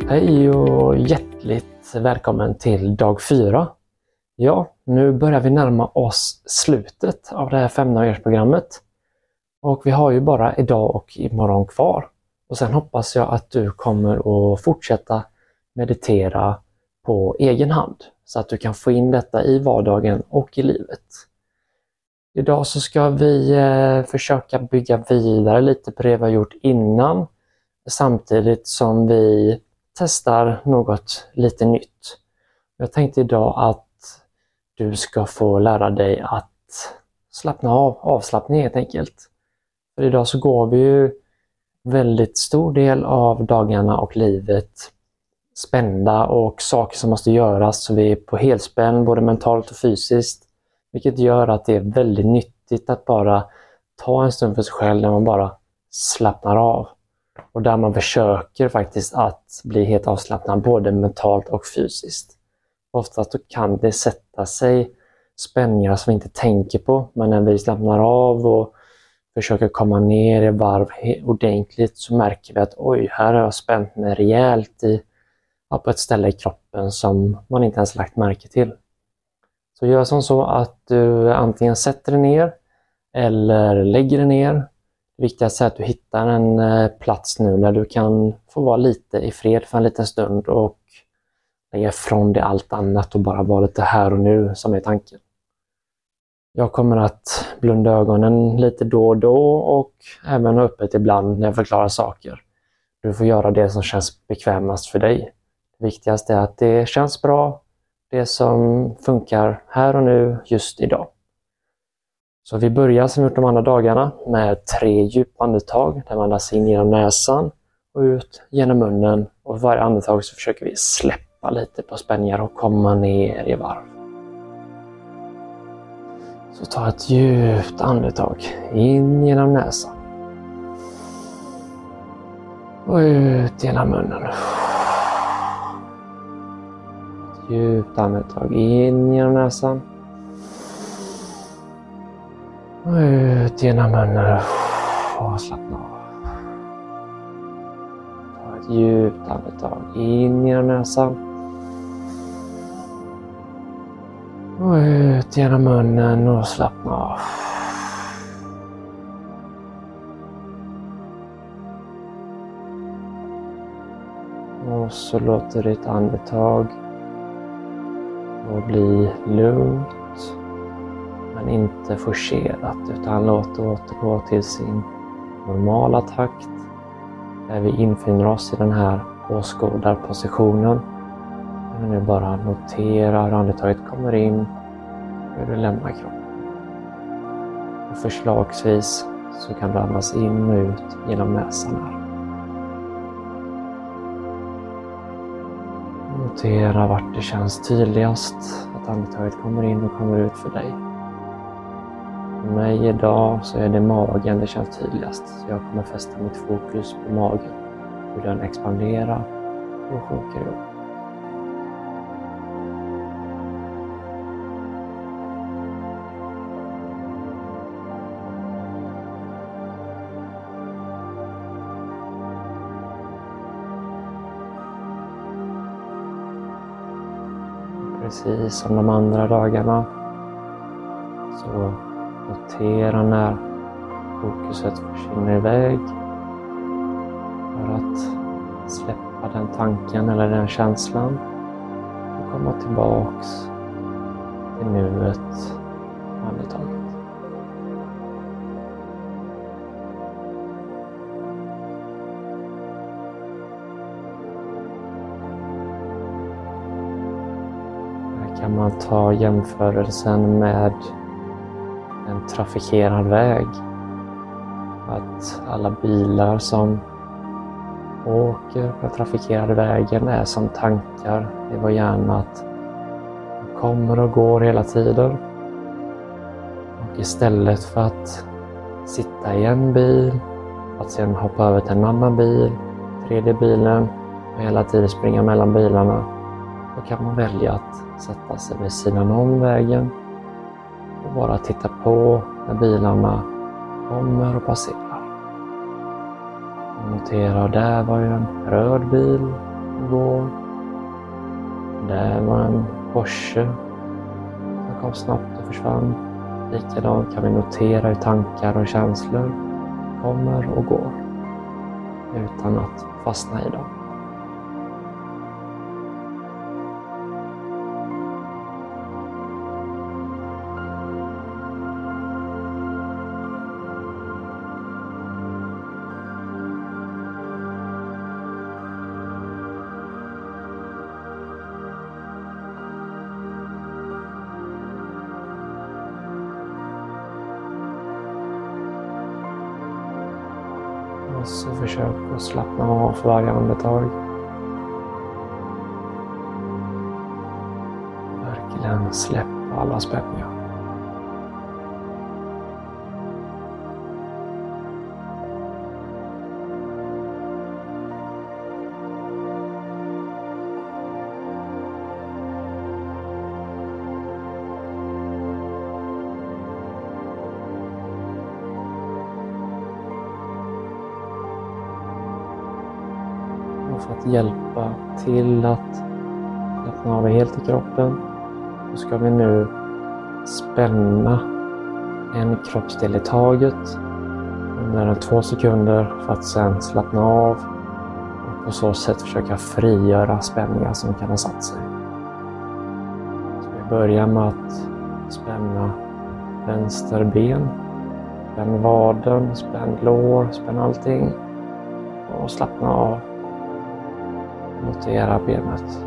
Hej och hjärtligt välkommen till dag 4. Ja, nu börjar vi närma oss slutet av det här 5-dagarsprogrammet. Och vi har ju bara idag och imorgon kvar. Och sen hoppas jag att du kommer att fortsätta meditera på egen hand. Så att du kan få in detta i vardagen och i livet. Idag så ska vi försöka bygga vidare lite på det vi har gjort innan. Samtidigt som vi testar något lite nytt. Jag tänkte idag att du ska få lära dig att slappna av, avslappning helt enkelt. För idag så går vi ju väldigt stor del av dagarna och livet spända och saker som måste göras, så vi är på helspänn både mentalt och fysiskt. Vilket gör att det är väldigt nyttigt att bara ta en stund för sig själv där man bara slappnar av. Och där man försöker faktiskt att bli helt avslappnad både mentalt och fysiskt. Oftast då kan det sätta sig spänningar som vi inte tänker på. Men när vi slappnar av och försöker komma ner i varv ordentligt så märker vi att oj, här har jag spänt mig rejält på ett ställe i kroppen som man inte ens lagt märke till. Så gör som så att du antingen sätter dig ner eller lägger dig ner. Det viktigaste är att du hittar en plats nu där du kan få vara lite i fred för en liten stund och lägga ifrån dig allt annat och bara vara lite här och nu som är tanken. Jag kommer att blunda ögonen lite då och då och även ha öppet ibland när jag förklarar saker. Du får göra det som känns bekvämast för dig. Det viktigaste är att det känns bra, det som funkar här och nu just idag. Så vi börjar som vi gjort de andra dagarna med 3 djupa andetag där man andas in genom näsan och ut genom munnen, och varje andetag så försöker vi släppa lite på spänningar och komma ner i varv. Så ta ett djupt andetag in genom näsan och ut genom munnen. Ett djupt andetag in genom näsan och ut genom munnen och slappna av. Ta ett djupt andetag in genom näsan och ut genom munnen och slappna av. Och så låter ditt andetag bli lugnt. Men inte forcerat, utan låt det återgå till sin normala takt. Där vi infinner oss i den här åskådarpositionen. Där nu bara noterar hur andetaget kommer in och hur du lämnar kroppen. Och förslagsvis så kan du andas in och ut genom näsan här. Notera vart det känns tydligast att andetaget kommer in och kommer ut för dig. För mig idag så är det magen det känns tydligast. Så jag kommer fästa mitt fokus på magen. Hur den expanderar och sjunker ihop. Precis som de andra dagarna så notera när fokuset försvinner iväg för att släppa den tanken eller den känslan och komma tillbaks till nuet och andetaget. Här kan man ta jämförelsen med en trafikerad väg. Att alla bilar som åker på trafikerade vägen är som tankar i vår hjärna, att de kommer och går hela tiden. Och istället för att sitta i en bil, att sedan hoppa över till en annan bil, tredje bilen och hela tiden springa mellan bilarna, då kan man välja att sätta sig vid sidan om vägen och bara titta på när bilarna kommer och passerar. Notera, där var ju en röd bil, går. Det var en Porsche som kom snabbt och försvann. Likadant kan vi notera hur tankar och känslor kommer och går utan att fastna i dem. Och så försök att slappna av för varje andetag. Verkligen släppa alla spänningar. Och för att hjälpa till att slappna av helt i kroppen så ska vi nu spänna en kroppsdel i taget under 2 sekunder för att sedan slappna av och på så sätt försöka frigöra spänningar som kan ha satt sig. Så vi börjar med att spänna vänster ben, spänn vaden, spänn lår, spänn allting och slappna av. Notera benet.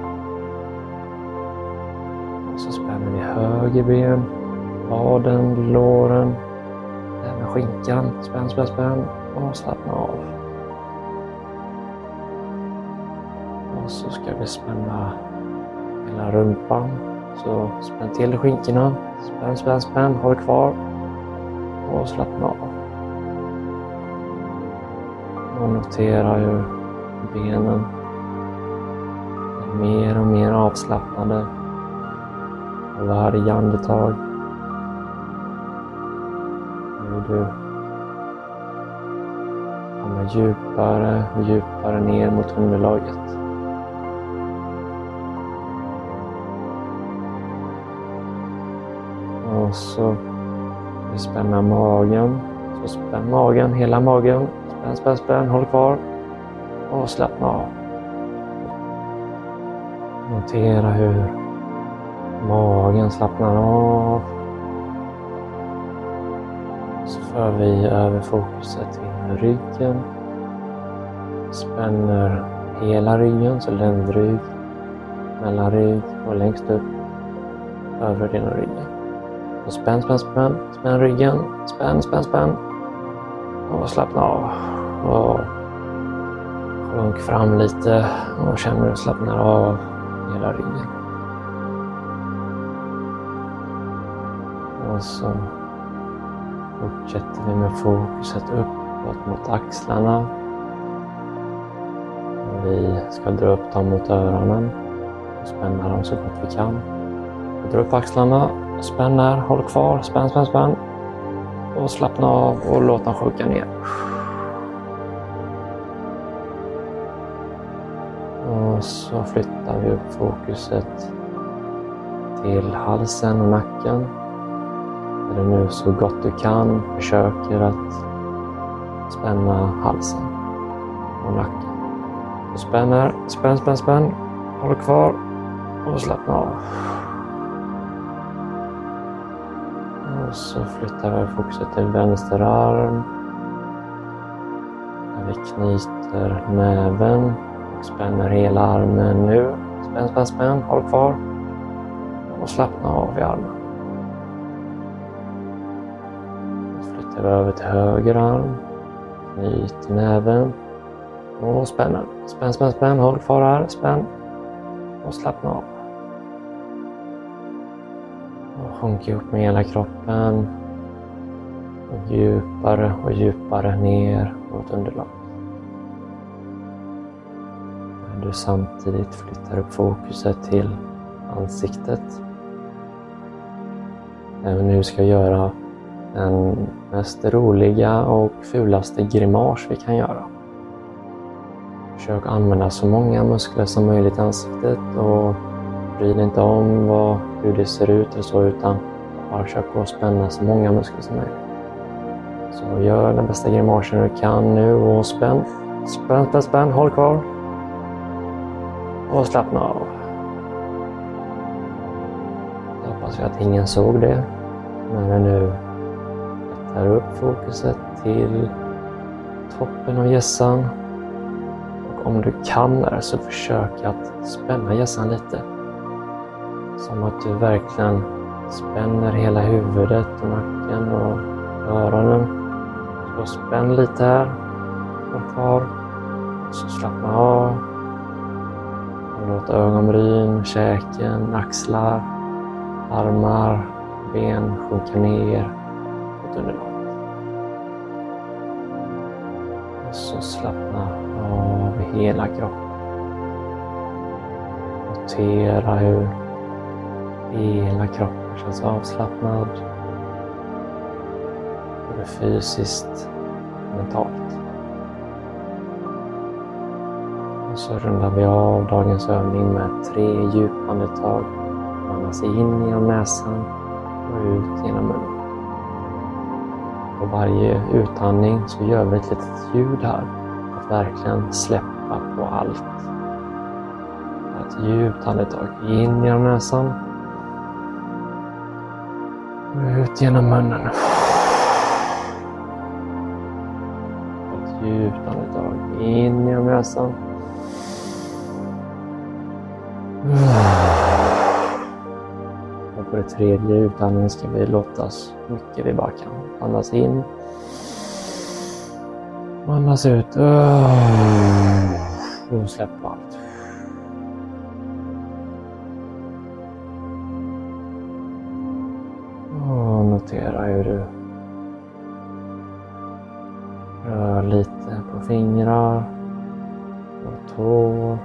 Och så spänner vi höger ben, vaden, låren, även skinkan. Spänn, spänn, spänn och slappna av. Och så ska vi spänna hela rumpan. Så spänn till skinkorna. Spänn, spänn, spänn. Håll kvar. Och slappna av. Och notera hur benen mer och mer avslappnade och varje andetag. Hur du kommer djupare och djupare ner mot underlaget. Och så vi spänner magen. Så spänn magen, hela magen. Spänn, spänn, spänn. Håll kvar. Och slappna av. Notera hur magen slappnar av. Så för vi över fokuset till ryggen. Spänner hela ryggen, så ländrygg, mellanrygg och längst upp övre delen av ryggen. Så spänn, spänn, spänn. Spänn ryggen. Spänn, spänn, spänn. Och slappna av. Och sjunk fram lite och känner hur du slappnar av hela ryggen. Och så fortsätter vi med fokuset uppåt mot axlarna. Vi ska dra upp dem mot öronen och spänna dem så gott vi kan. Vi drar upp axlarna, spänner, håll kvar, spänn, spänn, spänn. Och slappna av och låt dem sjunka ner. Och så flyttar vi upp fokuset till halsen och nacken. Där du nu så gott du kan försöker att spänna halsen och nacken. Och spänner, spänn, spänn, spänn. Håll kvar och slappna av. Och så flyttar vi fokuset till vänster arm. Där vi knyter näven. Spänner hela armen nu. Spänn, spänn, spänn. Håll kvar. Och slappna av i armen. Så flyttar vi över till höger arm. Knyt näven. Och spänner. Spänn, spänn, spänn. Håll kvar här. Spänn. Och slappna av. Och sjunker upp med hela kroppen. Och djupare ner mot underlaget. Du samtidigt flyttar upp fokuset till ansiktet. Även nu ska göra den mest roliga och fulaste grimas vi kan göra. Försök använda så många muskler som möjligt i ansiktet och bry dig inte om hur det ser ut eller så, utan bara försök att spänna så många muskler som möjligt. Så gör den bästa grimasen du kan nu och spänn. Spänn, håll kvar. Och slappna av. Jag hoppas att ingen såg det. När vi nu tar upp fokuset till toppen av hjässan. Och om du kan där så försök att spänna hjässan lite. Som att du verkligen spänner hela huvudet och nacken och öronen. Så spänn lite här. Håll kvar. Och så slappna av. Och låt ögonbryn, käken, axlar, armar, ben sjunka ner mot underlaget. Och så slappna av hela kroppen. Notera hur hela kroppen känns avslappnad. Både fysiskt och mentalt. Och så rundar vi av dagens övning med 3 djupandetag. Andas in genom näsan och ut genom munnen. På varje utandning så gör vi ett litet ljud här. Att verkligen släppa på allt. Ett djupt andetag in genom näsan. Och ut genom munnen. Ett djupt andetag in genom näsan. Och på det 3:e utandningen ska vi låta så mycket vi bara kan. Andas in. Andas ut. Och släpp allt. Och notera hur du rör lite på fingrar och tår.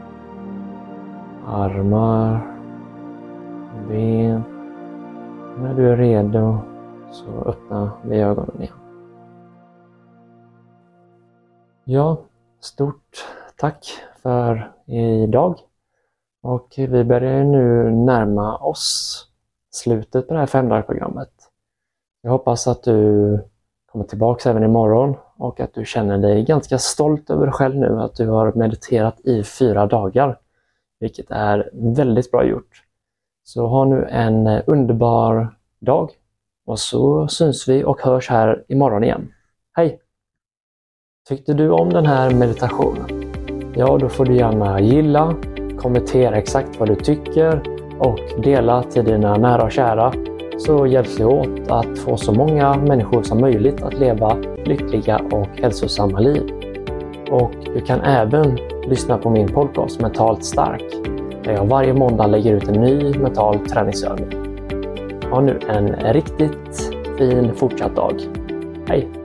Armar, ben. När du är redo så öppnar vi ögonen igen. Ja, stort tack för idag. Och vi börjar nu närma oss slutet på det här 5-dagarsprogrammet. Jag hoppas att du kommer tillbaka även imorgon och att du känner dig ganska stolt över dig själv nu att du har mediterat i 4 dagar. Vilket är väldigt bra gjort. Så ha nu en underbar dag. Och så syns vi och hörs här imorgon igen. Hej! Tyckte du om den här meditationen? Ja, då får du gärna gilla, kommentera exakt vad du tycker och dela till dina nära och kära. Så hjälps vi åt att få så många människor som möjligt att leva lyckliga och hälsosamma liv. Och du kan även lyssna på min podcast Mentalt Stark, där jag varje måndag lägger ut en ny mental träningsövning. Ha nu en riktigt fin fortsatt dag. Hej!